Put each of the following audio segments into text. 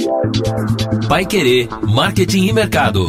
Paiquerê, Marketing e Mercado.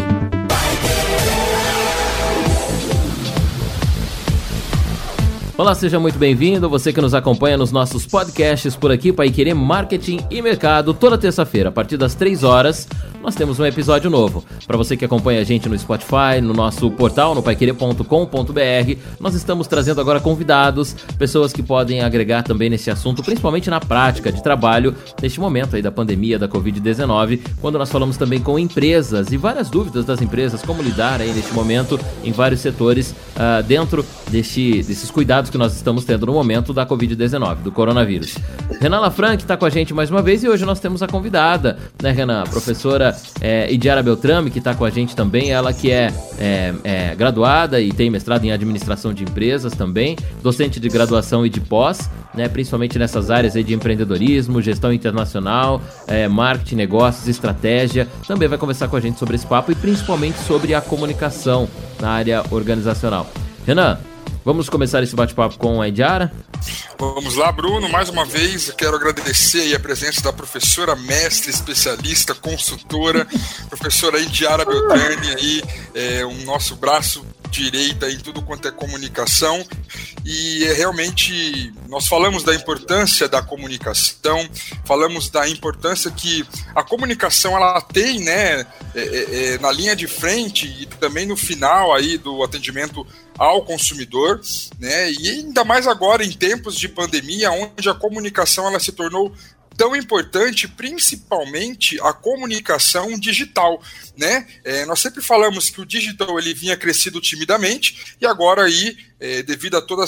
Olá, seja muito bem-vindo, você que nos acompanha nos nossos podcasts por aqui, Paiquerê Marketing e Mercado. Toda terça-feira, a partir das 3 horas, nós temos um episódio novo. Para você que acompanha a gente no Spotify, no nosso portal, no paiquerê.com.br, nós estamos trazendo agora convidados, pessoas que podem agregar também nesse assunto, principalmente na prática de trabalho, neste momento aí da pandemia da Covid-19, quando nós falamos também com empresas e várias dúvidas das empresas, como lidar aí neste momento em vários setores, dentro desses cuidados que nós estamos tendo no momento da Covid-19, do coronavírus. Renan Lafranc está com a gente mais uma vez e hoje nós temos a convidada, né, Renan? A professora Idiara Beltrame, que está com a gente também, ela que é graduada e tem mestrado em administração de empresas também, docente de graduação e de pós, né, principalmente nessas áreas aí de empreendedorismo, gestão internacional, marketing, negócios, estratégia. Também vai conversar com a gente sobre esse papo e principalmente sobre a comunicação na área organizacional. Renan, vamos começar esse bate-papo com a Idiara? Vamos lá, Bruno. Mais uma vez, eu quero agradecer aí a presença da professora, mestre, especialista, consultora, professora Idiara Beltrame, aí, o nosso braço direito em tudo quanto é comunicação. E realmente nós falamos da importância da comunicação, falamos da importância que a comunicação ela tem, né, na linha de frente e também no final aí do atendimento ao consumidor, né, e ainda mais agora em tempos de pandemia, onde a comunicação ela se tornou tão importante, principalmente a comunicação digital, né? Nós sempre falamos que o digital ele vinha crescido timidamente e agora aí, devido a toda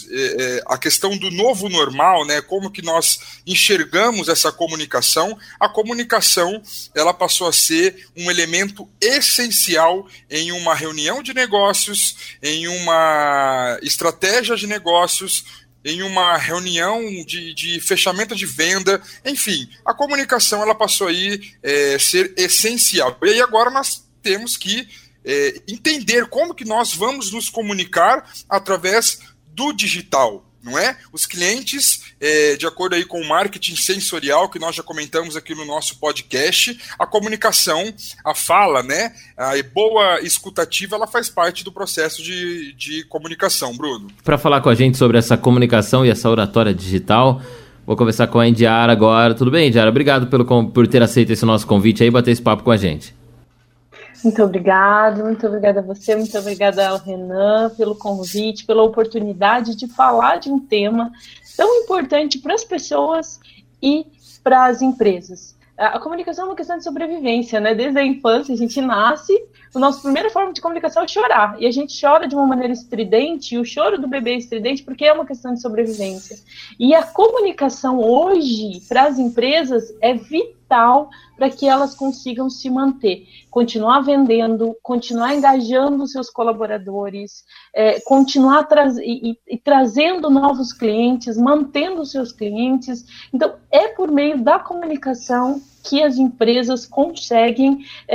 a questão do novo normal, né? Como que nós enxergamos essa comunicação, a comunicação ela passou a ser um elemento essencial em uma reunião de negócios, em uma estratégia de negócios, em uma reunião de fechamento de venda, enfim, a comunicação ela passou aí ser essencial. E aí agora nós temos que entender como que nós vamos nos comunicar através do digital, não é? Os clientes, de acordo aí com o marketing sensorial, que nós já comentamos aqui no nosso podcast, a comunicação, a fala, né? A boa escutativa, ela faz parte do processo de comunicação, Bruno. Para falar com a gente sobre essa comunicação e essa oratória digital, vou conversar com a Idiara agora. Tudo bem, Idiara? Obrigado por ter aceito esse nosso convite aí e bater esse papo com a gente. Muito obrigada a você, muito obrigada ao Renan pelo convite, pela oportunidade de falar de um tema tão importante para as pessoas e para as empresas. A comunicação é uma questão de sobrevivência, né? Desde a infância a gente nasce, a nossa primeira forma de comunicação é chorar, e a gente chora de uma maneira estridente, e o choro do bebê é estridente porque é uma questão de sobrevivência. E a comunicação hoje, para as empresas, é vital para que elas consigam se manter, continuar vendendo, continuar engajando seus colaboradores, continuar trazendo novos clientes, mantendo seus clientes. Então, é por meio da comunicação que as empresas conseguem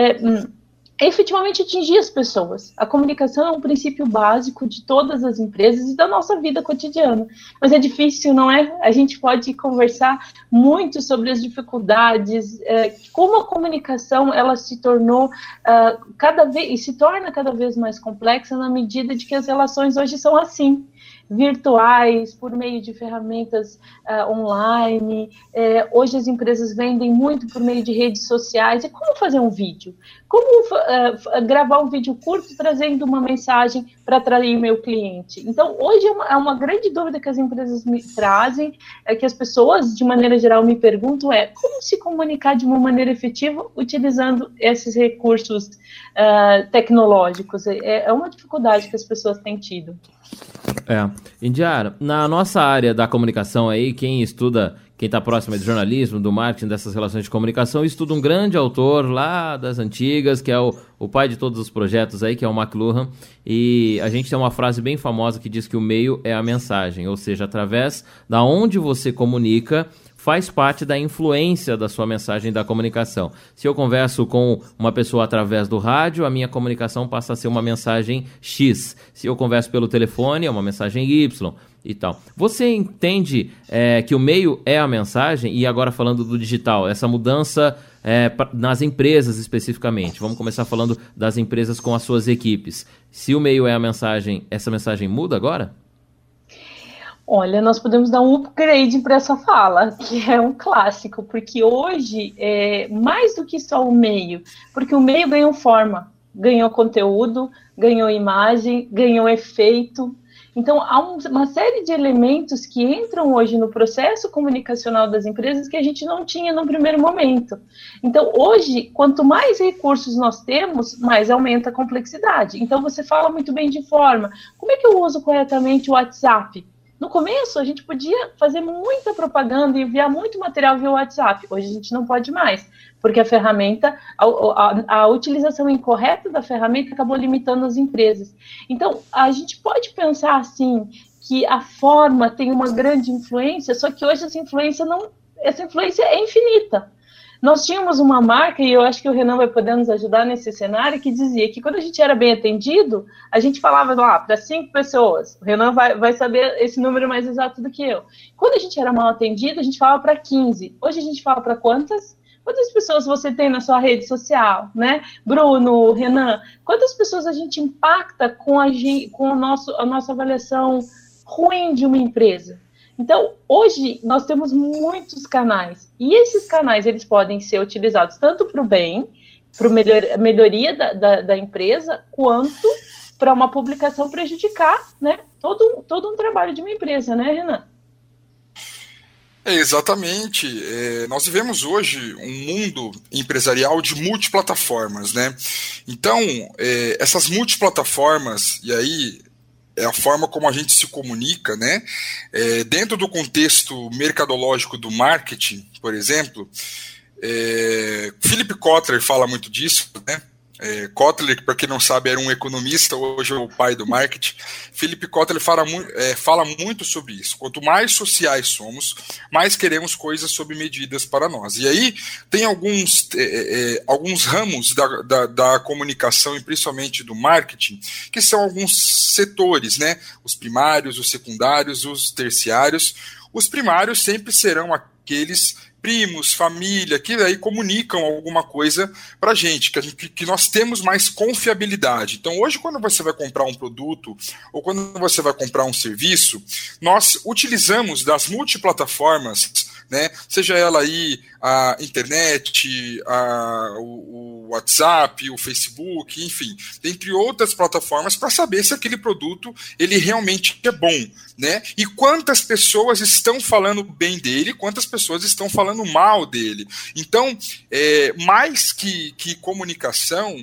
efetivamente atingir as pessoas. A comunicação é um princípio básico de todas as empresas e da nossa vida cotidiana. Mas é difícil, não é? A gente pode conversar muito sobre as dificuldades, como a comunicação ela se tornou se torna cada vez mais complexa na medida de que as relações hoje são assim, virtuais, por meio de ferramentas online. Hoje as empresas vendem muito por meio de redes sociais. E como fazer um vídeo? Como gravar um vídeo curto trazendo uma mensagem para atrair meu cliente? Então, hoje é uma grande dúvida que as empresas me trazem, que as pessoas, de maneira geral, me perguntam como se comunicar de uma maneira efetiva utilizando esses recursos tecnológicos. É uma dificuldade que as pessoas têm tido. Idiara, na nossa área da comunicação aí, quem está próximo do jornalismo, do marketing, dessas relações de comunicação, estuda um grande autor lá das antigas, que é o pai de todos os projetos aí, que é o McLuhan, e a gente tem uma frase bem famosa que diz que o meio é a mensagem, ou seja, através da onde você comunica, faz parte da influência da sua mensagem da comunicação. Se eu converso com uma pessoa através do rádio, a minha comunicação passa a ser uma mensagem X. Se eu converso pelo telefone, é uma mensagem Y e tal. Você entende que o meio é a mensagem? E agora falando do digital, essa mudança nas empresas especificamente. Vamos começar falando das empresas com as suas equipes. Se o meio é a mensagem, essa mensagem muda agora? Olha, nós podemos dar um upgrade para essa fala, que é um clássico, porque hoje é mais do que só o meio, porque o meio ganhou forma, ganhou conteúdo, ganhou imagem, ganhou efeito. Então, há uma série de elementos que entram hoje no processo comunicacional das empresas que a gente não tinha no primeiro momento. Então, hoje, quanto mais recursos nós temos, mais aumenta a complexidade. Então, você fala muito bem de forma. Como é que eu uso corretamente o WhatsApp? No começo, a gente podia fazer muita propaganda e enviar muito material via WhatsApp. Hoje a gente não pode mais, porque a ferramenta, a utilização incorreta da ferramenta acabou limitando as empresas. Então, a gente pode pensar assim, que a forma tem uma grande influência, só que hoje essa influência é infinita. Nós tínhamos uma marca, e eu acho que o Renan vai poder nos ajudar nesse cenário, que dizia que quando a gente era bem atendido, a gente falava lá para 5 pessoas. O Renan vai saber esse número mais exato do que eu. Quando a gente era mal atendido, a gente falava para 15. Hoje a gente fala para quantas? Quantas pessoas você tem na sua rede social, né? Bruno, Renan, quantas pessoas a gente impacta com a nossa avaliação ruim de uma empresa? Então, hoje, nós temos muitos canais, e esses canais, eles podem ser utilizados tanto para o bem, para a melhoria da empresa, quanto para uma publicação prejudicar, né, todo um trabalho de uma empresa, né, Renan? Exatamente. Nós vivemos hoje um mundo empresarial de multiplataformas, né? Então, essas multiplataformas, e aí é a forma como a gente se comunica, né? Dentro do contexto mercadológico do marketing, por exemplo, Philip Kotler fala muito disso, né? Kotler, para quem não sabe, era um economista, hoje é o pai do marketing. Philip Kotler fala muito sobre isso. Quanto mais sociais somos, mais queremos coisas sob medidas para nós. E aí tem alguns ramos da comunicação, e principalmente do marketing, que são alguns setores, né? Os primários, os secundários, os terciários. Os primários sempre serão aqueles primos, família, que aí comunicam alguma coisa para a gente, que nós temos mais confiabilidade. Então, hoje, quando você vai comprar um produto ou quando você vai comprar um serviço, nós utilizamos das multiplataformas, né? Seja ela aí a internet, o WhatsApp, o Facebook, enfim, dentre outras plataformas, para saber se aquele produto ele realmente é bom, né? E quantas pessoas estão falando bem dele, quantas pessoas estão falando mal dele. Então, mais que comunicação,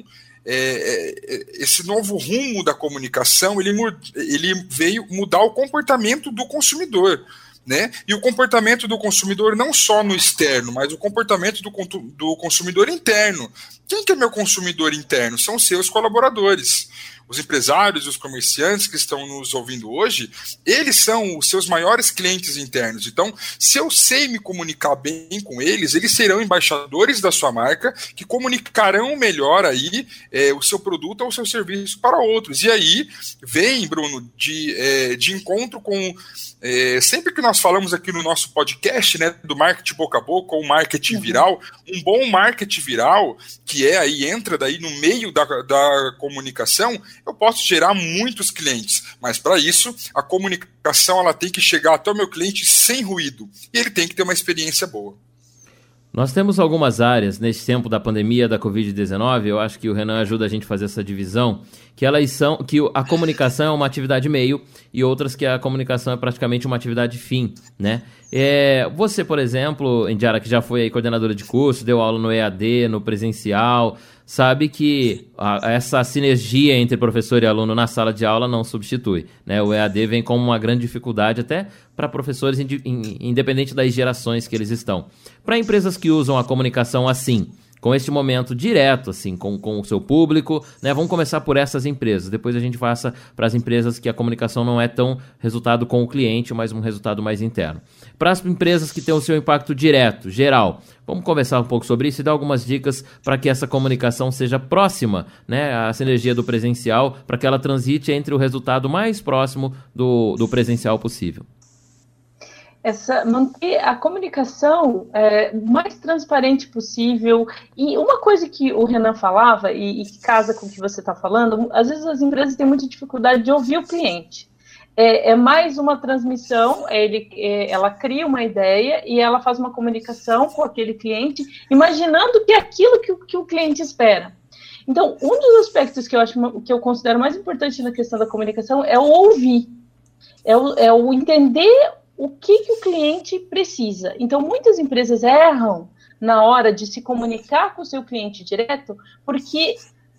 esse novo rumo da comunicação, ele veio mudar o comportamento do consumidor, né? E o comportamento do consumidor não só no externo, mas o comportamento do consumidor interno. Quem que é meu consumidor interno? São os seus colaboradores. Os empresários, os comerciantes que estão nos ouvindo hoje, eles são os seus maiores clientes internos. Então, se eu sei me comunicar bem com eles, eles serão embaixadores da sua marca, que comunicarão melhor aí o seu produto ou o seu serviço para outros. E aí vem, Bruno, de encontro com... sempre que nós falamos aqui no nosso podcast, né, do marketing boca a boca ou marketing viral, um bom marketing viral, que entra daí no meio da comunicação, eu posso gerar muitos clientes, mas para isso a comunicação ela tem que chegar até o meu cliente sem ruído, e ele tem que ter uma experiência boa. Nós temos algumas áreas nesse tempo da pandemia da Covid-19, eu acho que o Renan ajuda a gente a fazer essa divisão, que a comunicação é uma atividade meio e outras que a comunicação é praticamente uma atividade fim, né? Você, por exemplo, Indiara, que já foi aí coordenadora de curso, deu aula no EAD, no presencial, sabe que essa sinergia entre professor e aluno na sala de aula não substitui, né? O EAD vem como uma grande dificuldade até para professores, independente das gerações que eles estão. Para empresas que usam a comunicação assim, com este momento direto, assim, com o seu público, né? Vamos começar por essas empresas, depois a gente passa para as empresas que a comunicação não é tão resultado com o cliente, mas um resultado mais interno. Para as empresas que têm o seu impacto direto, geral, vamos conversar um pouco sobre isso e dar algumas dicas para que essa comunicação seja próxima, né? A sinergia do presencial, para que ela transite entre o resultado mais próximo do presencial possível. manter a comunicação mais transparente possível. E uma coisa que o Renan falava, e que casa com o que você está falando, às vezes as empresas têm muita dificuldade de ouvir o cliente. É mais uma transmissão, ela cria uma ideia e ela faz uma comunicação com aquele cliente, imaginando que é aquilo que o cliente espera. Então, um dos aspectos que eu considero mais importante na questão da comunicação é o ouvir, é o entender o que o cliente precisa. Então, muitas empresas erram na hora de se comunicar com o seu cliente direto, porque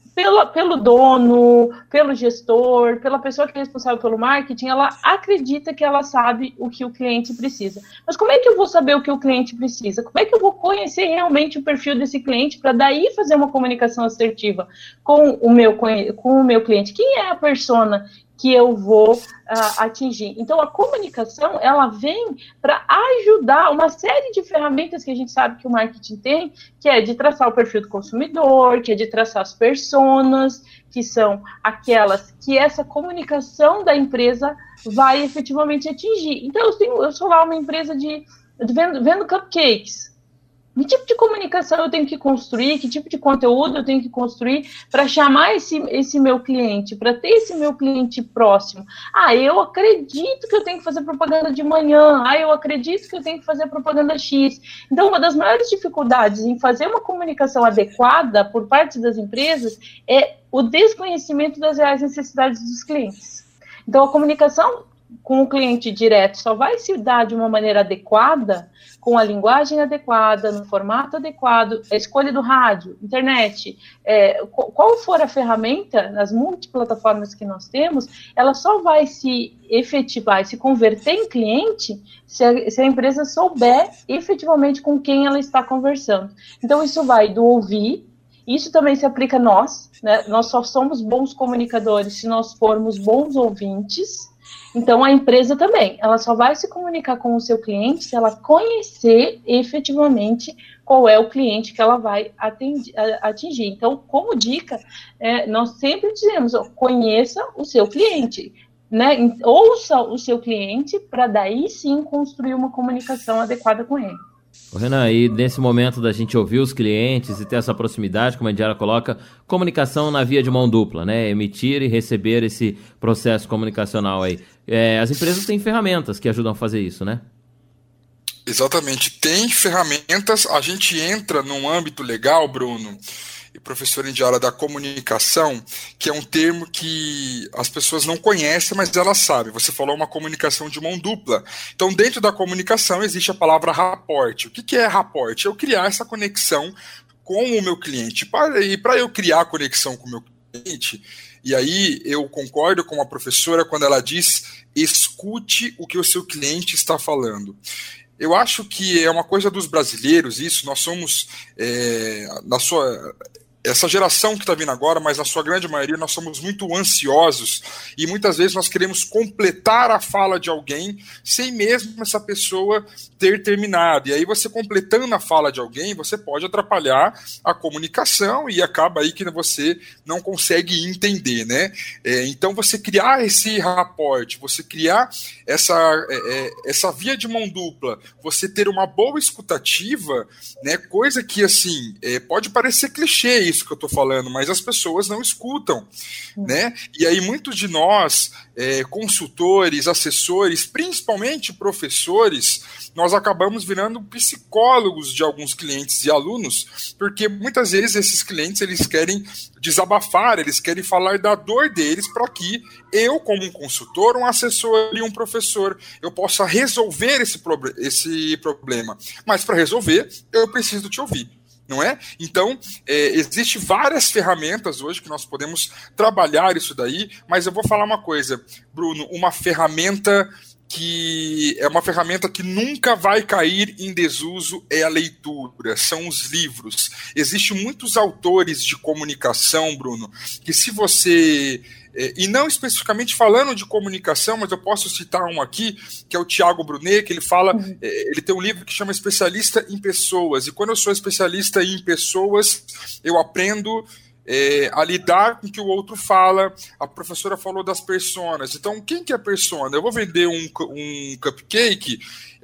pelo dono, pelo gestor, pela pessoa que é responsável pelo marketing, ela acredita que ela sabe o que o cliente precisa. Mas como é que eu vou saber o que o cliente precisa? Como é que eu vou conhecer realmente o perfil desse cliente para daí fazer uma comunicação assertiva com o meu cliente? Quem é a persona que eu vou atingir? Então, a comunicação, ela vem para ajudar uma série de ferramentas que a gente sabe que o marketing tem, que é de traçar o perfil do consumidor, que é de traçar as personas, que são aquelas que essa comunicação da empresa vai efetivamente atingir. Então, eu sou lá uma empresa vendo cupcakes. Que tipo de comunicação eu tenho que construir, que tipo de conteúdo eu tenho que construir para chamar esse meu cliente, para ter esse meu cliente próximo? Eu acredito que eu tenho que fazer propaganda de manhã, eu acredito que eu tenho que fazer propaganda X. Então, uma das maiores dificuldades em fazer uma comunicação adequada por parte das empresas é o desconhecimento das reais necessidades dos clientes. Então, a comunicação com o cliente direto só vai se dar de uma maneira adequada, com a linguagem adequada, no formato adequado, a escolha do rádio, internet, qual for a ferramenta, nas multiplataformas que nós temos, ela só vai se efetivar e se converter em cliente se a empresa souber efetivamente com quem ela está conversando. Então, isso vai do ouvir, isso também se aplica a nós, né? Nós só somos bons comunicadores se nós formos bons ouvintes. Então, a empresa também, ela só vai se comunicar com o seu cliente se ela conhecer efetivamente qual é o cliente que ela vai atingir. Então, como dica, nós sempre dizemos, conheça o seu cliente, né? Ouça o seu cliente para daí sim construir uma comunicação adequada com ele. Renan, e nesse momento da gente ouvir os clientes e ter essa proximidade, como a Indiara coloca, comunicação na via de mão dupla, né? Emitir e receber esse processo comunicacional aí. As empresas têm ferramentas que ajudam a fazer isso, né? Exatamente, tem ferramentas, a gente entra num âmbito legal, Bruno, e professora Indiara, da comunicação, que é um termo que as pessoas não conhecem, mas elas sabem. Você falou uma comunicação de mão dupla. Então, dentro da comunicação existe a palavra rapport. O que é rapport? Eu criar essa conexão com o meu cliente. E para eu criar a conexão com o meu cliente, e aí eu concordo com a professora quando ela diz: escute o que o seu cliente está falando. Eu acho que é uma coisa dos brasileiros isso, nós somos, essa geração que está vindo agora, mas na sua grande maioria nós somos muito ansiosos e muitas vezes nós queremos completar a fala de alguém sem mesmo essa pessoa ter terminado. E aí você completando a fala de alguém, você pode atrapalhar a comunicação e acaba aí que você não consegue entender, né? Então você criar esse rapport, você criar essa via de mão dupla, você ter uma boa escutativa, né? Coisa que assim, pode parecer clichê isso que eu estou falando, mas as pessoas não escutam, né? E aí muitos de nós, consultores, assessores, principalmente professores, nós acabamos virando psicólogos de alguns clientes e alunos, porque muitas vezes esses clientes eles querem desabafar, eles querem falar da dor deles para que eu, como um consultor, um assessor e um professor, eu possa resolver esse problema. Mas para resolver, eu preciso te ouvir. Não é? Então, existem várias ferramentas hoje que nós podemos trabalhar isso daí, mas eu vou falar uma coisa, Bruno, uma ferramenta que é uma ferramenta que nunca vai cair em desuso é a leitura, são os livros. Existem muitos autores de comunicação, Bruno, que se você... E não especificamente falando de comunicação, mas eu posso citar um aqui, que é o Tiago Brunet, que ele fala, ele tem um livro que chama Especialista em Pessoas, e quando eu sou especialista em pessoas, eu aprendo a lidar com o que o outro fala. A professora falou das personas, então quem que é persona? Eu vou vender um cupcake,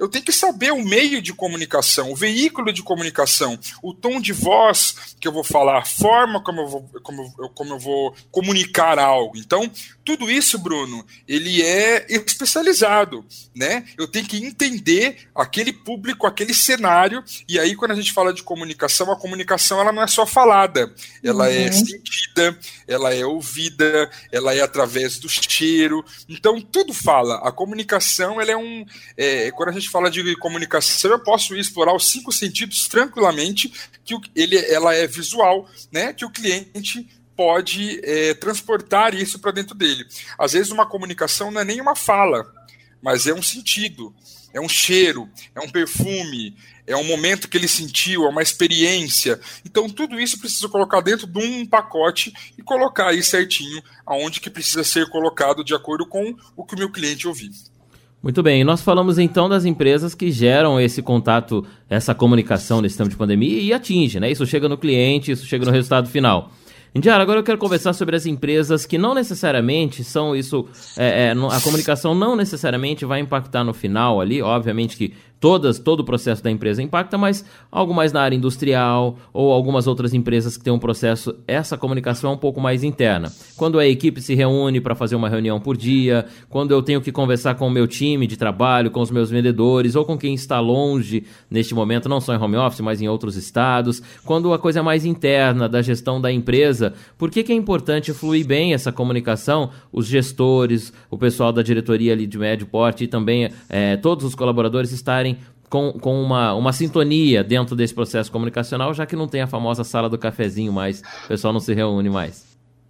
eu tenho que saber o meio de comunicação, o veículo de comunicação, o tom de voz que eu vou falar, a forma como eu vou comunicar algo. Então, tudo isso, Bruno, ele é especializado, né? Eu tenho que entender aquele público, aquele cenário, e aí quando a gente fala de comunicação, a comunicação ela não é só falada, ela é sentida, ela é ouvida, ela é através do cheiro, então tudo fala. A comunicação, ela quando a gente fala de comunicação, eu posso explorar os 5 sentidos tranquilamente, que ela é visual, né? Que o cliente pode transportar isso para dentro dele. Às vezes uma comunicação não é nem uma fala, mas é um sentido, é um cheiro, é um perfume, é um momento que ele sentiu, é uma experiência. Então tudo isso precisa colocar dentro de um pacote e colocar aí certinho aonde que precisa ser colocado de acordo com o que o meu cliente ouvir. Muito bem, nós falamos então das empresas que geram esse contato, essa comunicação nesse tempo de pandemia e atinge, né? Isso chega no cliente, isso chega no resultado final. Indiara, agora eu quero conversar sobre as empresas que não necessariamente são isso, a comunicação não necessariamente vai impactar no final ali, obviamente que todo o processo da empresa impacta, mas algo mais na área industrial ou algumas outras empresas que têm um processo, essa comunicação é um pouco mais interna. Quando a equipe se reúne para fazer uma reunião por dia, quando eu tenho que conversar com o meu time de trabalho, com os meus vendedores ou com quem está longe neste momento, não só em home office, mas em outros estados, quando a coisa é mais interna da gestão da empresa, por que é importante fluir bem essa comunicação? Os gestores, o pessoal da diretoria ali de médio porte e também todos os colaboradores estarem com uma sintonia dentro desse processo comunicacional, já que não tem a famosa sala do cafezinho mais, o pessoal não se reúne mais.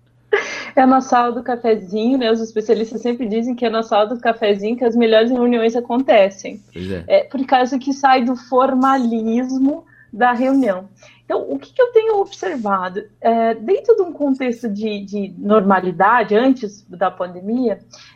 É na sala do cafezinho, né? Os especialistas sempre dizem que é na sala do cafezinho que as melhores reuniões acontecem. Pois é. Por causa que sai do formalismo da reunião. Então, o que eu tenho observado? Dentro de um contexto de normalidade, antes da pandemia,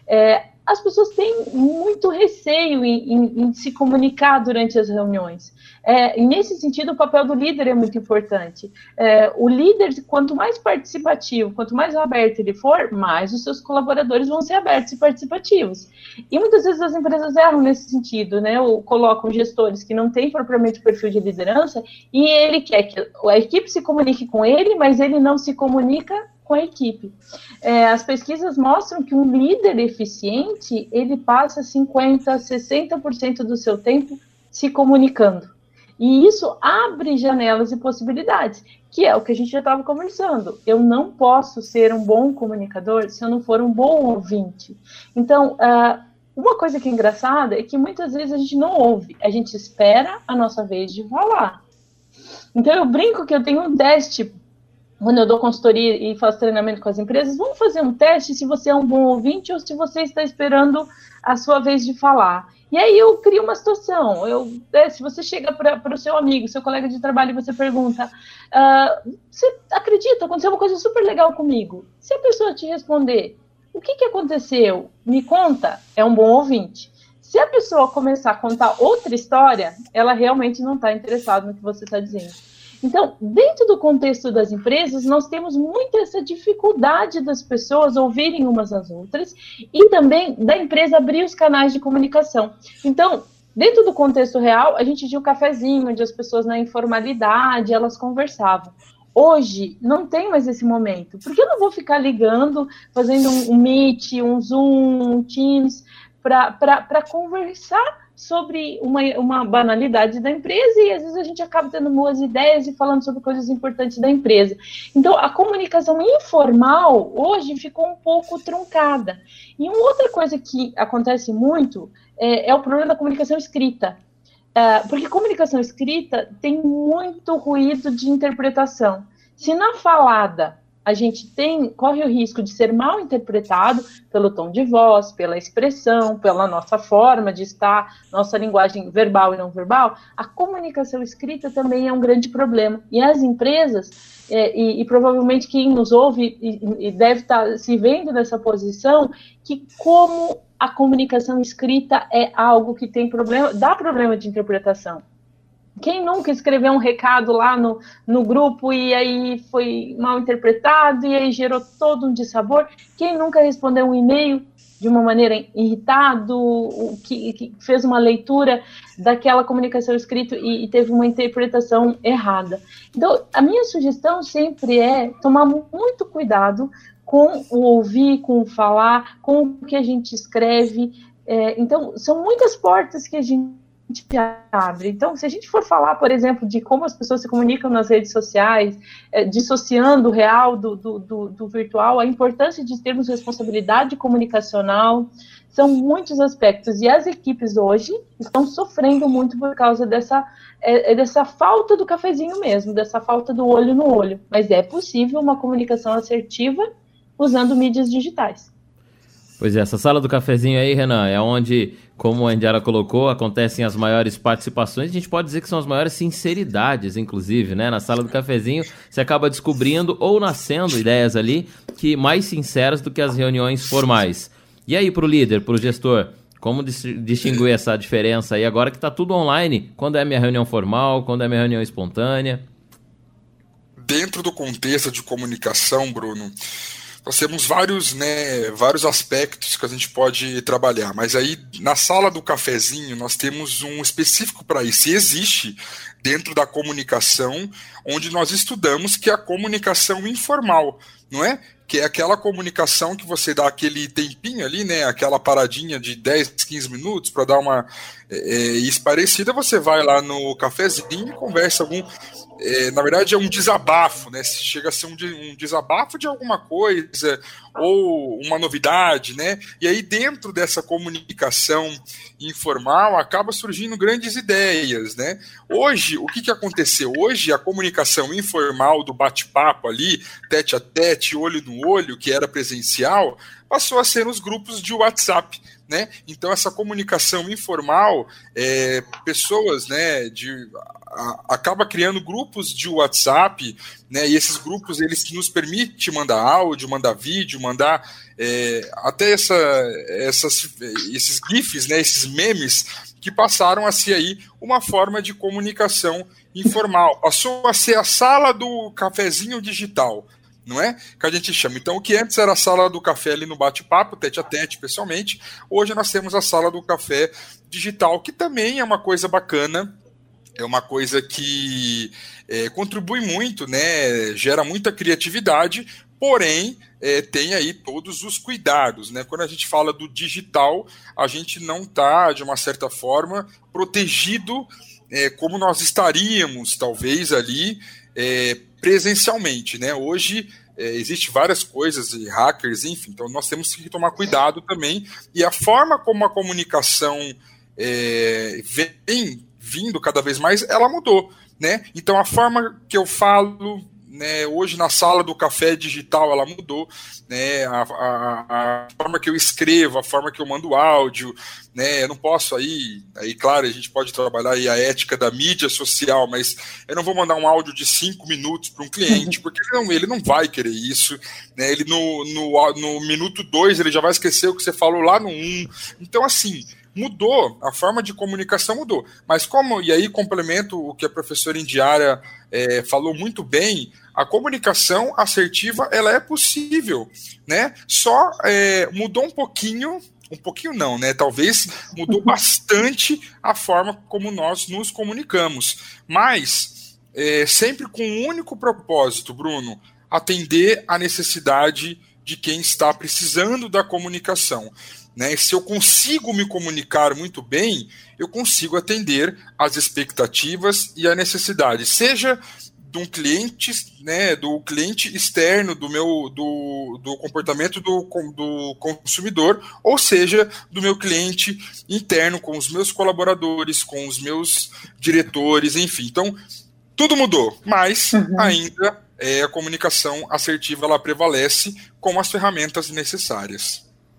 as pessoas têm muito receio em se comunicar durante as reuniões. E nesse sentido, o papel do líder é muito importante. O líder, quanto mais participativo, quanto mais aberto ele for, mais os seus colaboradores vão ser abertos e participativos. E muitas vezes as empresas erram nesse sentido, né? Ou colocam gestores que não têm propriamente o perfil de liderança e ele quer que a equipe se comunique com ele, mas ele não se comunica com a equipe. As pesquisas mostram que um líder eficiente, ele passa 50%, 60% do seu tempo se comunicando. E isso abre janelas e possibilidades, que é o que a gente já estava conversando. Eu não posso ser um bom comunicador se eu não for um bom ouvinte. Então, uma coisa que é engraçada é que muitas vezes a gente não ouve, a gente espera a nossa vez de falar. Então, eu brinco que eu tenho um teste. Quando eu dou consultoria e faço treinamento com as empresas, vamos fazer um teste se você é um bom ouvinte ou se você está esperando a sua vez de falar. E aí eu crio uma situação. Se você chega para o seu amigo, seu colega de trabalho, e você pergunta, você acredita, aconteceu uma coisa super legal comigo? Se a pessoa te responder, o que aconteceu? Me conta, é um bom ouvinte. Se a pessoa começar a contar outra história, ela realmente não está interessada no que você está dizendo. Então, dentro do contexto das empresas, nós temos muito essa dificuldade das pessoas ouvirem umas às outras e também da empresa abrir os canais de comunicação. Então, dentro do contexto real, a gente tinha o cafezinho, onde as pessoas na informalidade, elas conversavam. Hoje, não tem mais esse momento, porque eu não vou ficar ligando, fazendo um Meet, um Zoom, um Teams, para conversar sobre uma banalidade da empresa e às vezes a gente acaba tendo boas ideias e falando sobre coisas importantes da empresa. Então, a comunicação informal hoje ficou um pouco truncada. E uma outra coisa que acontece muito é o problema da comunicação escrita. Porque comunicação escrita tem muito ruído de interpretação. Se na falada a gente corre o risco de ser mal interpretado pelo tom de voz, pela expressão, pela nossa forma de estar, nossa linguagem verbal e não verbal, a comunicação escrita também é um grande problema. E as empresas, e provavelmente quem nos ouve e deve estar se vendo nessa posição, que como a comunicação escrita é algo que tem dá problema de interpretação. Quem nunca escreveu um recado lá no grupo e aí foi mal interpretado e aí gerou todo um dissabor? Quem nunca respondeu um e-mail de uma maneira irritado, que fez uma leitura daquela comunicação escrita e teve uma interpretação errada? Então, a minha sugestão sempre é tomar muito cuidado com o ouvir, com o falar, com o que a gente escreve. Então, são muitas portas que a gente abre. Então, se a gente for falar, por exemplo, de como as pessoas se comunicam nas redes sociais, dissociando o real do virtual, a importância de termos responsabilidade comunicacional, são muitos aspectos. E as equipes hoje estão sofrendo muito por causa dessa falta do cafezinho mesmo, dessa falta do olho no olho. Mas é possível uma comunicação assertiva usando mídias digitais. Pois é, essa sala do cafezinho aí, Renan, é onde, como a Indiara colocou, acontecem as maiores participações. A gente pode dizer que são as maiores sinceridades, inclusive, né? Na sala do cafezinho, você acaba descobrindo ou nascendo ideias ali que mais sinceras do que as reuniões formais. E aí, para o líder, para o gestor, como distinguir essa diferença aí agora que está tudo online? Quando é minha reunião formal, quando é minha reunião espontânea? Dentro do contexto de comunicação, Bruno, nós temos vários aspectos que a gente pode trabalhar, mas aí na sala do cafezinho nós temos um específico para isso. E existe dentro da comunicação, onde nós estudamos, que é a comunicação informal, não é? Que é aquela comunicação que você dá aquele tempinho ali, né? Aquela paradinha de 10, 15 minutos para dar uma esparecida, você vai lá no cafezinho e conversa na verdade é um desabafo, né? Chega a ser um desabafo de alguma coisa ou uma novidade, né? E aí dentro dessa comunicação informal acaba surgindo grandes ideias, né? Hoje, o que aconteceu? Hoje a comunicação informal do bate-papo ali, tete a tete, olho no olho, que era presencial, passou a ser nos grupos de WhatsApp, né? Então essa comunicação informal, pessoas, né, acaba criando grupos de WhatsApp, né? E esses grupos eles nos permitem mandar áudio, mandar vídeo, mandar até esses GIFs, né? Esses memes que passaram a ser aí uma forma de comunicação informal. Passou a ser a sala do cafezinho digital, não é? Que a gente chama. Então, o que antes era a sala do café ali no bate-papo, tete a tete, pessoalmente, hoje nós temos a sala do café digital, que também é uma coisa bacana, é uma coisa que contribui muito, né? Gera muita criatividade, porém, tem aí todos os cuidados, né? Quando a gente fala do digital, a gente não está, de uma certa forma, protegido como nós estaríamos, talvez, ali, presencialmente, né? Hoje existe várias coisas, hackers, enfim, então nós temos que tomar cuidado também, e a forma como a comunicação vem vindo cada vez mais, ela mudou, né? Então a forma que eu falo, né, hoje na sala do café digital, ela mudou, né? A forma que eu escrevo, a forma que eu mando áudio, né? Eu não posso aí claro, a gente pode trabalhar aí a ética da mídia social, mas eu não vou mandar um áudio de 5 minutos para um cliente, porque ele não vai querer isso, né? Ele no minuto 2 ele já vai esquecer o que você falou lá no 1. Então, assim, mudou, a forma de comunicação mudou. Mas e aí complemento o que a professora Indiara falou muito bem, a comunicação assertiva, ela é possível, né? Só mudou um pouquinho não, né? Talvez mudou bastante a forma como nós nos comunicamos. Mas sempre com um único propósito, Bruno, atender a necessidade de quem está precisando da comunicação. Né? Se eu consigo me comunicar muito bem, eu consigo atender às expectativas e à necessidade, seja de um cliente, né, do cliente externo, do comportamento do consumidor, ou seja, do meu cliente interno, com os meus colaboradores, com os meus diretores, enfim. Então, tudo mudou, mas ainda a comunicação assertiva ela prevalece com as ferramentas necessárias.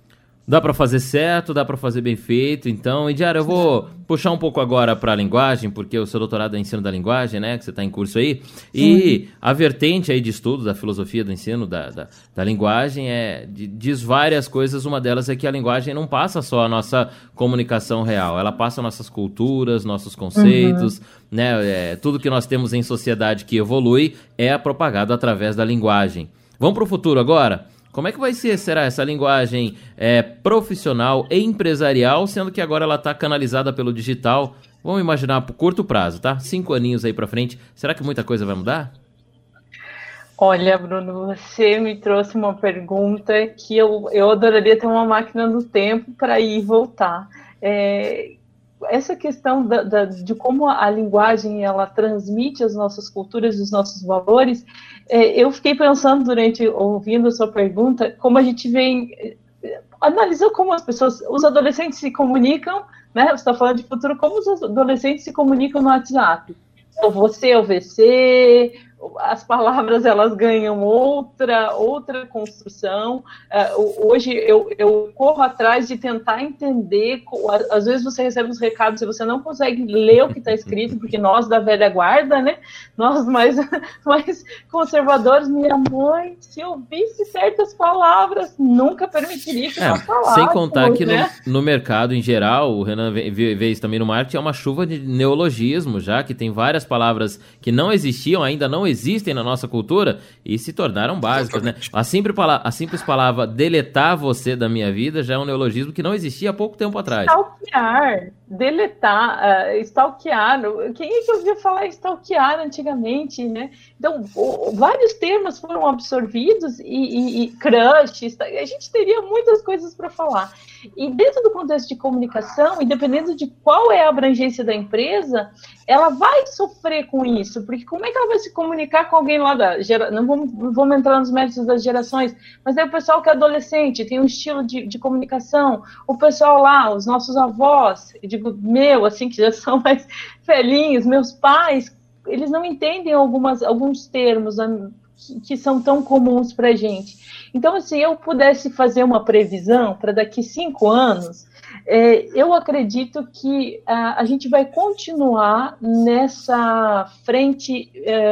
Dá para fazer certo, dá para fazer bem feito, então. Indiara, eu vou puxar um pouco agora para a linguagem, porque o seu doutorado é ensino da linguagem, né, que você está em curso aí, e a vertente aí de estudo da filosofia do ensino da linguagem diz várias coisas, uma delas é que a linguagem não passa só a nossa comunicação real, ela passa nossas culturas, nossos conceitos, né, tudo que nós temos em sociedade que evolui é propagado através da linguagem. Vamos para o futuro agora? Como é que será essa linguagem profissional e empresarial, sendo que agora ela está canalizada pelo digital? Vamos imaginar por curto prazo, tá? 5 aninhos aí para frente. Será que muita coisa vai mudar? Olha, Bruno, você me trouxe uma pergunta que eu adoraria ter uma máquina do tempo para ir e voltar. Essa questão de como a linguagem ela transmite as nossas culturas e os nossos valores, eu fiquei pensando ouvindo a sua pergunta, como a gente analisa como os adolescentes se comunicam, né? Você está falando de futuro, como os adolescentes se comunicam no WhatsApp. Então, você é o VC, as palavras elas ganham outra construção. Hoje eu corro atrás de tentar entender. Às vezes você recebe os recados e você não consegue ler o que está escrito, porque nós da velha guarda, né? Nós mais conservadores, minha mãe, se eu visse certas palavras, nunca permitiria que nós falássemos. Sem contar que né? no mercado em geral, o Renan vê isso também no marketing, é uma chuva de neologismo, já que tem várias palavras que não existiam, ainda não existem na nossa cultura e se tornaram básicas, né? A simples palavra deletar você da minha vida já é um neologismo que não existia há pouco tempo atrás. Stalkear, deletar, stalkear. Quem é que ouvia falar stalkear antigamente, né? Então, vários termos foram absorvidos e crush, a gente teria muitas coisas para falar. E dentro do contexto de comunicação, e dependendo de qual é a abrangência da empresa, ela vai sofrer com isso, porque como é que ela vai se comunicar com alguém lá não vamos entrar nos méritos das gerações, mas é o pessoal que é adolescente, tem um estilo de comunicação, o pessoal lá, os nossos avós, eu digo assim, que já são mais velhinhos, meus pais, eles não entendem alguns termos que são tão comuns para a gente. Então, se eu pudesse fazer uma previsão para daqui 5 anos, eu acredito que a gente vai continuar nessa frente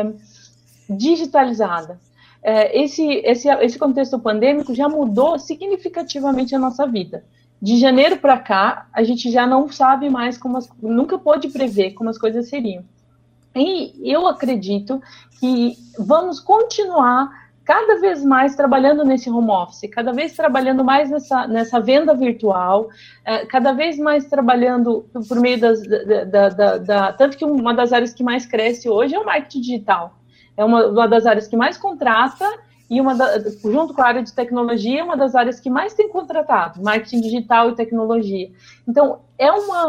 digitalizada. Esse contexto pandêmico já mudou significativamente a nossa vida. De janeiro para cá, a gente já não sabe mais nunca pôde prever como as coisas seriam. E eu acredito que vamos continuar cada vez mais trabalhando nesse home office, cada vez trabalhando mais nessa venda virtual, cada vez mais trabalhando por meio tanto que uma das áreas que mais cresce hoje é o marketing digital. É uma das áreas que mais contrata e junto com a área de tecnologia, uma das áreas que mais tem contratado, marketing digital e tecnologia. Então, é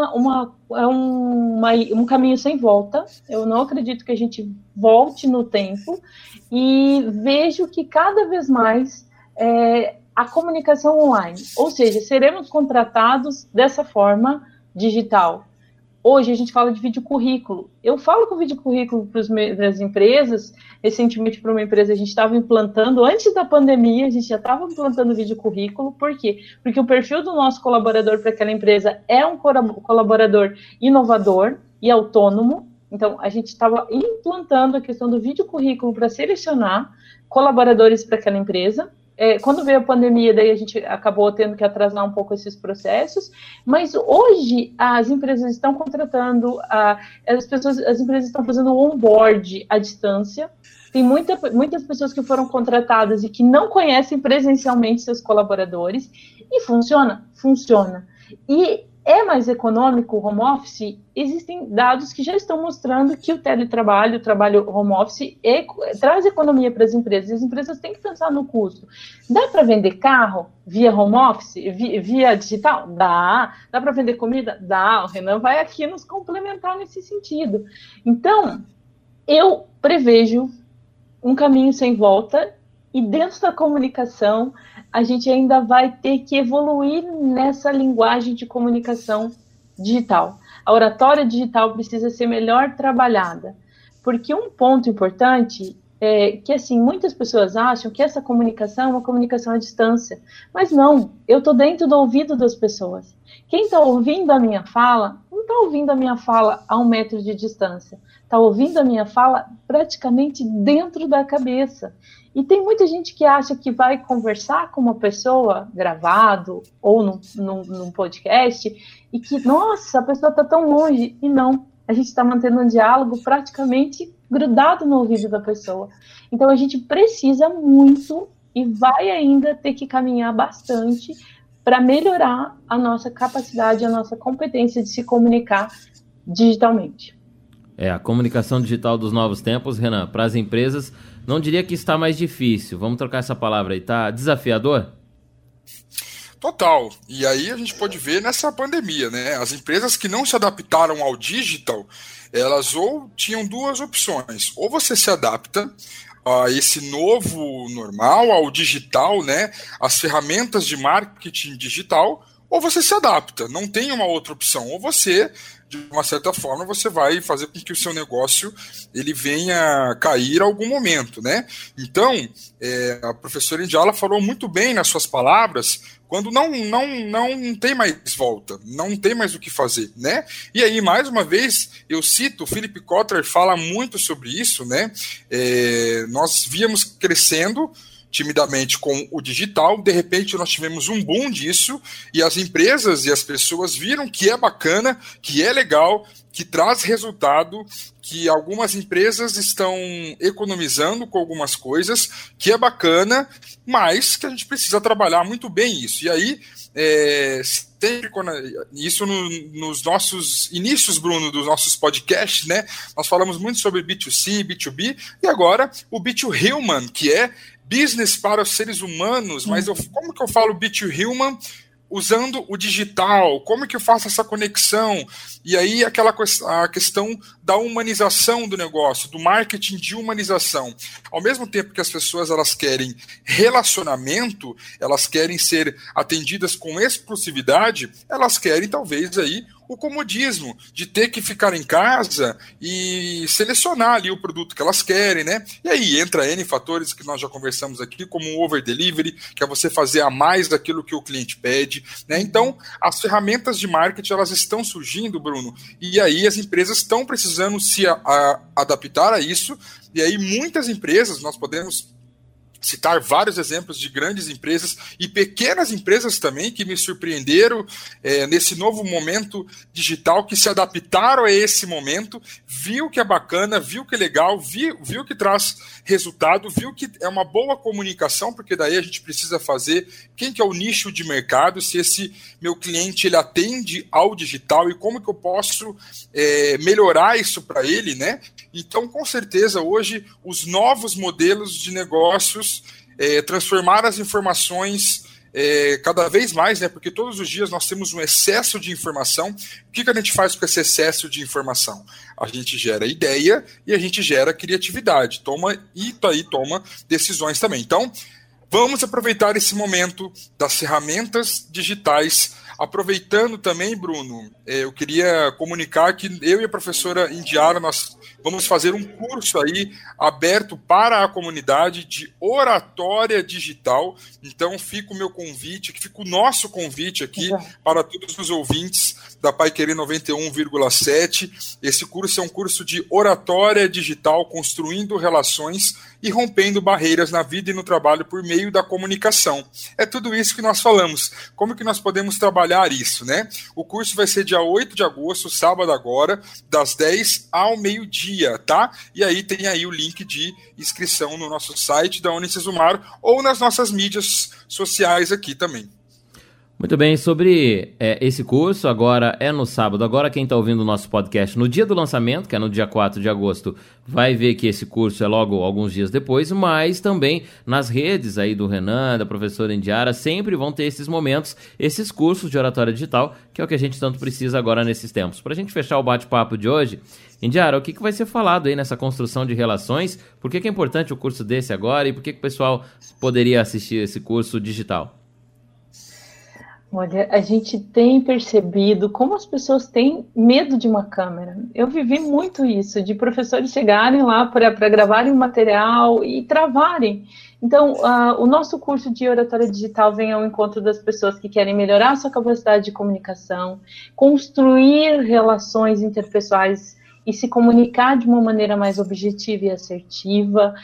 um caminho sem volta. Eu não acredito que a gente volte no tempo e vejo que cada vez mais a comunicação online, ou seja, seremos contratados dessa forma digital. Hoje a gente fala de vídeo currículo. Eu falo com vídeo currículo para as empresas. Recentemente, para uma empresa, a gente estava implantando, antes da pandemia, a gente já estava implantando vídeo currículo. Por quê? Porque o perfil do nosso colaborador para aquela empresa é um colaborador inovador e autônomo. Então, a gente estava implantando a questão do vídeo currículo para selecionar colaboradores para aquela empresa. Quando veio a pandemia, daí a gente acabou tendo que atrasar um pouco esses processos, mas hoje as empresas estão contratando, as empresas estão fazendo onboard à distância. Tem muitas pessoas que foram contratadas e que não conhecem presencialmente seus colaboradores, e funciona. E é mais econômico o home office? Existem dados que já estão mostrando que o teletrabalho, o trabalho home office, traz economia para as empresas. As empresas têm que pensar no custo. Dá para vender carro via home office, via digital? Dá. Dá para vender comida? Dá. O Renan vai aqui nos complementar nesse sentido. Então, eu prevejo um caminho sem volta, e dentro da comunicação, a gente ainda vai ter que evoluir nessa linguagem de comunicação digital. A oratória digital precisa ser melhor trabalhada, porque um ponto importante que assim, muitas pessoas acham que essa comunicação é uma comunicação à distância, mas não, eu estou dentro do ouvido das pessoas. Quem está ouvindo a minha fala, não está ouvindo a minha fala a 1 metro de distância, está ouvindo a minha fala praticamente dentro da cabeça. E tem muita gente que acha que vai conversar com uma pessoa gravado ou num podcast e que, nossa, a pessoa está tão longe. E não, a gente está mantendo um diálogo praticamente grudado no ouvido da pessoa. Então a gente precisa muito e vai ainda ter que caminhar bastante para melhorar a nossa capacidade, a nossa competência de se comunicar digitalmente. A comunicação digital dos novos tempos, Renan, para as empresas, não diria que está mais difícil. Vamos trocar essa palavra aí, tá? Desafiador? Total. E aí a gente pode ver nessa pandemia, né? As empresas que não se adaptaram ao digital, elas ou tinham 2 opções. Ou você se adapta a esse novo normal, ao digital, né? As ferramentas de marketing digital, ou você se adapta. Não tem uma outra opção. Ou você, de uma certa forma, você vai fazer com que o seu negócio ele venha cair a algum momento, né? Então, a professora Indiala falou muito bem nas suas palavras, quando não tem mais volta, não tem mais o que fazer, né? E aí, mais uma vez, eu cito, o Philip Kotler fala muito sobre isso, né? Nós víamos crescendo timidamente com o digital, de repente nós tivemos um boom disso, e as empresas e as pessoas viram que é bacana, que é legal, que traz resultado, que algumas empresas estão economizando com algumas coisas, que é bacana, mas que a gente precisa trabalhar muito bem isso. E aí, sempre isso nos nossos inícios, Bruno, dos nossos podcasts, né? Nós falamos muito sobre B2C, B2B, e agora o B2Human, que é business para os seres humanos, mas como que eu falo B2Human usando o digital? Como que eu faço essa conexão? E aí a questão da humanização do negócio, do marketing de humanização. Ao mesmo tempo que as pessoas elas querem relacionamento, elas querem ser atendidas com exclusividade, elas querem talvez aí o comodismo de ter que ficar em casa e selecionar ali o produto que elas querem, né? E aí entra N fatores que nós já conversamos aqui, como o over delivery, que é você fazer a mais daquilo que o cliente pede, né? Então, as ferramentas de marketing, elas estão surgindo, Bruno, e aí as empresas estão precisando se adaptar a isso, e aí muitas empresas, nós podemos citar vários exemplos de grandes empresas e pequenas empresas também que me surpreenderam nesse novo momento digital, que se adaptaram a esse momento, viu que é bacana, viu que é legal, viu que traz resultado, viu que é uma boa comunicação, porque daí a gente precisa fazer quem que é o nicho de mercado, se esse meu cliente ele atende ao digital e como que eu posso melhorar isso para ele, né? Então, com certeza, hoje, os novos modelos de negócios transformar as informações cada vez mais, né? Porque todos os dias nós temos um excesso de informação. O que a gente faz com esse excesso de informação? A gente gera ideia e a gente gera criatividade. Toma decisões também. Então, vamos aproveitar esse momento das ferramentas digitais. Aproveitando também, Bruno, eu queria comunicar que eu e a professora Indiara, nós vamos fazer um curso aí aberto para a comunidade de oratória digital. Então fica o meu convite, fica o nosso convite aqui para todos os ouvintes da Paiquerê 91,7. Esse curso é um curso de oratória digital, construindo relações e rompendo barreiras na vida e no trabalho por meio da comunicação. É tudo isso que nós falamos. Como que nós podemos trabalhar isso, né? O curso vai ser dia 8 de agosto, sábado agora, das 10 ao meio-dia, tá? E aí tem aí o link de inscrição no nosso site da Unicesumar ou nas nossas mídias sociais aqui também. Muito bem, sobre esse curso, agora é no sábado. Agora quem está ouvindo o nosso podcast no dia do lançamento, que é no dia 4 de agosto, vai ver que esse curso é logo alguns dias depois, mas também nas redes aí do Renan, da professora Indiara, sempre vão ter esses momentos, esses cursos de oratória digital, que é o que a gente tanto precisa agora nesses tempos. Para a gente fechar o bate-papo de hoje, Indiara, o que vai ser falado aí nessa construção de relações? Por que é importante o curso desse agora e por que o pessoal poderia assistir esse curso digital? Olha, a gente tem percebido como as pessoas têm medo de uma câmera. Eu vivi muito isso, de professores chegarem lá para gravarem um material e travarem. Então, o nosso curso de oratória digital vem ao encontro das pessoas que querem melhorar a sua capacidade de comunicação, construir relações interpessoais e se comunicar de uma maneira mais objetiva e assertiva.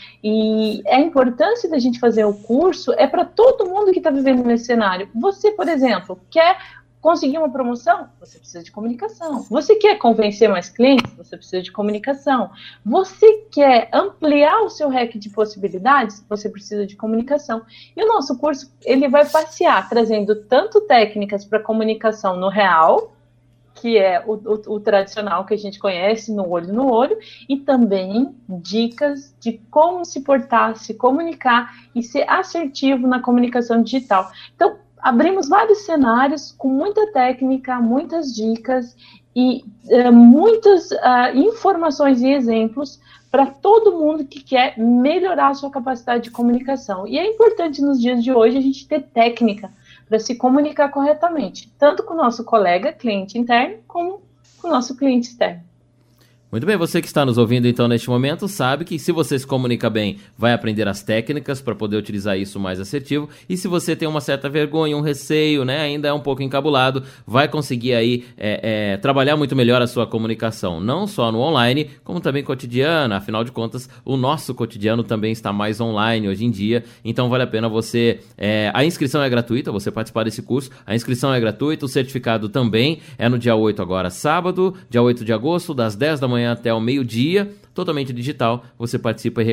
E a importância da gente fazer o curso é para todo mundo que está vivendo nesse cenário. Você, por exemplo, quer conseguir uma promoção? Você precisa de comunicação. Você quer convencer mais clientes? Você precisa de comunicação. Você quer ampliar o seu leque de possibilidades? Você precisa de comunicação. E o nosso curso, ele vai passear, trazendo tanto técnicas para comunicação no real, que é o tradicional que a gente conhece, no olho, e também dicas de como se portar, se comunicar e ser assertivo na comunicação digital. Então, abrimos vários cenários com muita técnica, muitas dicas e muitas informações e exemplos para todo mundo que quer melhorar a sua capacidade de comunicação. E é importante nos dias de hoje a gente ter técnica para se comunicar corretamente, tanto com o nosso colega, cliente interno, como com o nosso cliente externo. Muito bem, você que está nos ouvindo então neste momento sabe que se você se comunica bem, vai aprender as técnicas para poder utilizar isso mais assertivo, e se você tem uma certa vergonha, um receio, né, ainda é um pouco encabulado, vai conseguir aí trabalhar muito melhor a sua comunicação, não só no online, como também cotidiana. Afinal de contas, o nosso cotidiano também está mais online hoje em dia, então vale a pena você... a inscrição é gratuita, você participar desse curso, a inscrição é gratuita, o certificado também é no dia 8 agora, sábado, dia 8 de agosto, das 10 da manhã até o meio-dia, totalmente digital. Você participa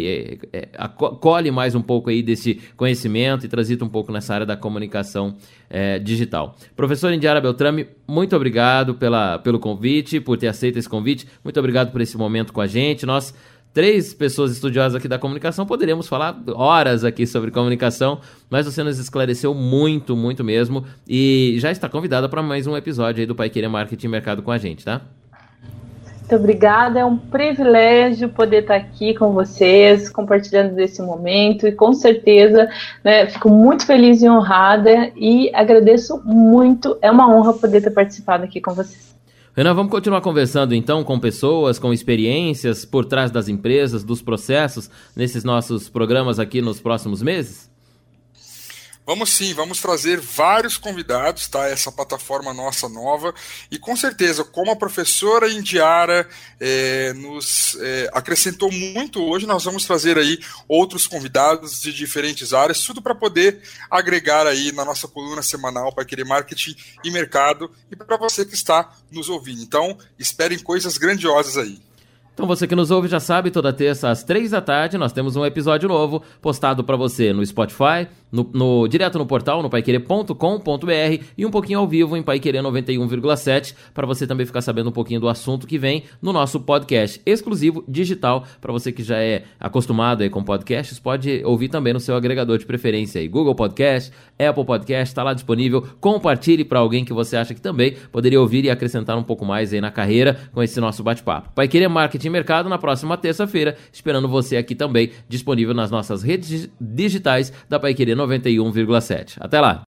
e colhe mais um pouco aí desse conhecimento e transita um pouco nessa área da comunicação digital. Professor Indiara Beltrame, muito obrigado pelo convite, por ter aceito esse convite, muito obrigado por esse momento com a gente. Nós, 3 pessoas estudiosas aqui da comunicação, poderíamos falar horas aqui sobre comunicação, mas você nos esclareceu muito, muito mesmo, e já está convidada para mais um episódio aí do Pai Querer Marketing e Mercado com a gente, tá? Muito obrigada, é um privilégio poder estar aqui com vocês, compartilhando desse momento, e com certeza, né, fico muito feliz e honrada e agradeço muito, é uma honra poder ter participado aqui com vocês. Renan, vamos continuar conversando então com pessoas, com experiências por trás das empresas, dos processos, nesses nossos programas aqui nos próximos meses? Vamos sim, vamos trazer vários convidados, tá? Essa plataforma nossa nova, e com certeza, como a professora Indiara nos acrescentou muito hoje, nós vamos trazer aí outros convidados de diferentes áreas, tudo para poder agregar aí na nossa coluna semanal Pai Querer Marketing e Mercado, e para você que está nos ouvindo. Então, esperem coisas grandiosas aí. Então você que nos ouve já sabe, toda terça às 3 da tarde nós temos um episódio novo postado para você no Spotify, direto no portal, no paiquerer.com.br, e um pouquinho ao vivo em Paiquerer 91,7, para você também ficar sabendo um pouquinho do assunto que vem no nosso podcast exclusivo digital. Para você que já é acostumado aí com podcasts, pode ouvir também no seu agregador de preferência aí, Google Podcast, Apple Podcast, está lá disponível. Compartilhe para alguém que você acha que também poderia ouvir e acrescentar um pouco mais aí na carreira com esse nosso bate-papo. Paiquerer Marketing e Mercado na próxima terça-feira, esperando você aqui também, disponível nas nossas redes digitais da Paiquerer 91,7. Até lá!